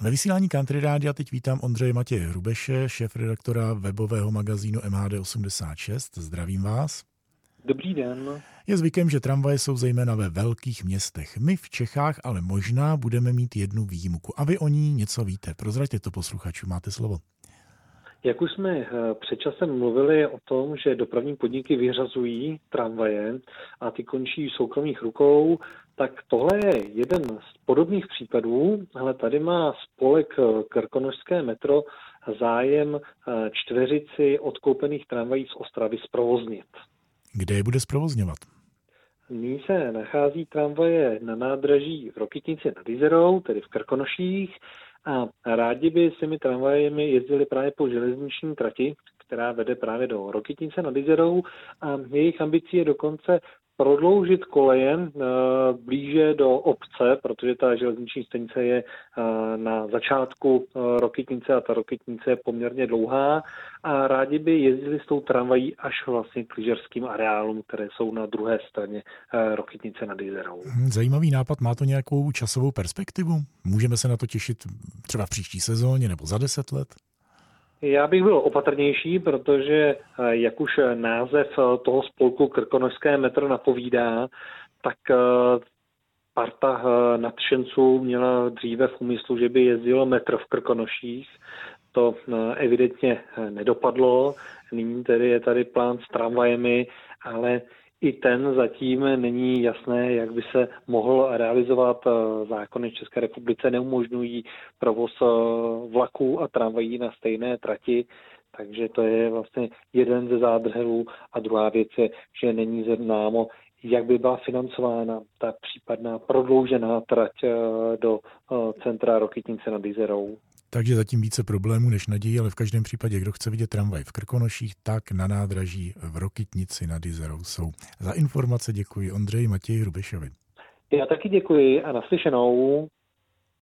Ve vysílání Country Rádia teď vítám Ondřeje Matěje Hrubeše, šéfredaktora webového magazínu MHD86. Zdravím vás. Dobrý den. Je zvykem, že tramvaje jsou zejména ve velkých městech. My v Čechách ale možná budeme mít jednu výjimku. A vy o ní něco víte. Prozraďte to posluchačům, máte slovo. Jak už jsme před časem mluvili o tom, že dopravní podniky vyřazují tramvaje a ty končí v soukromých rukou, tak tohle je jeden z podobných případů. Ale tady má spolek Krkonošské metro zájem čtveřici odkoupených tramvají z Ostravy zprovoznit. Kde je bude zprovozňovat? Nyní se nachází tramvaje na nádraží v Rokytnici nad Jizerou, tedy v Krkonoších, a rádi by s těmi tramvajemi jezdili právě po železniční trati, která vede právě do Rokytnice nad Jizerou, a jejich ambicí je dokonce prodloužit koleje blíže do obce, protože ta železniční stanice je na začátku Rokytnice a ta Rokytnice je poměrně dlouhá a rádi by jezdili s tou tramvají až vlastně k lyžařským areálům, které jsou na druhé straně Rokytnice nad Jizerou. Zajímavý nápad, má to nějakou časovou perspektivu? Můžeme se na to těšit třeba v příští sezóně nebo za 10 let? Já bych byl opatrnější, protože jak už název toho spolku Krkonošské metro napovídá, tak parta nadšenců měla dříve v úmyslu, že by jezdilo metro v Krkonoších. To evidentně nedopadlo. Nyní tedy je tady plán s tramvajemi, ale i ten zatím není jasné, jak by se mohl realizovat. Zákony v České republice neumožňují provoz vlaků a tramvají na stejné trati, takže to je vlastně jeden ze zádrhelů. A druhá věc je, že není známo, jak by byla financována ta případná prodloužená trať do centra Rokytnice nad Jizerou. Takže zatím více problémů než naději, ale v každém případě, kdo chce vidět tramvaj v Krkonoších, tak na nádraží v Rokytnici nad Jizerou jsou. Za informace děkuji Ondřeji Matěji Hrubešovi. Já taky děkuji a naslyšenou.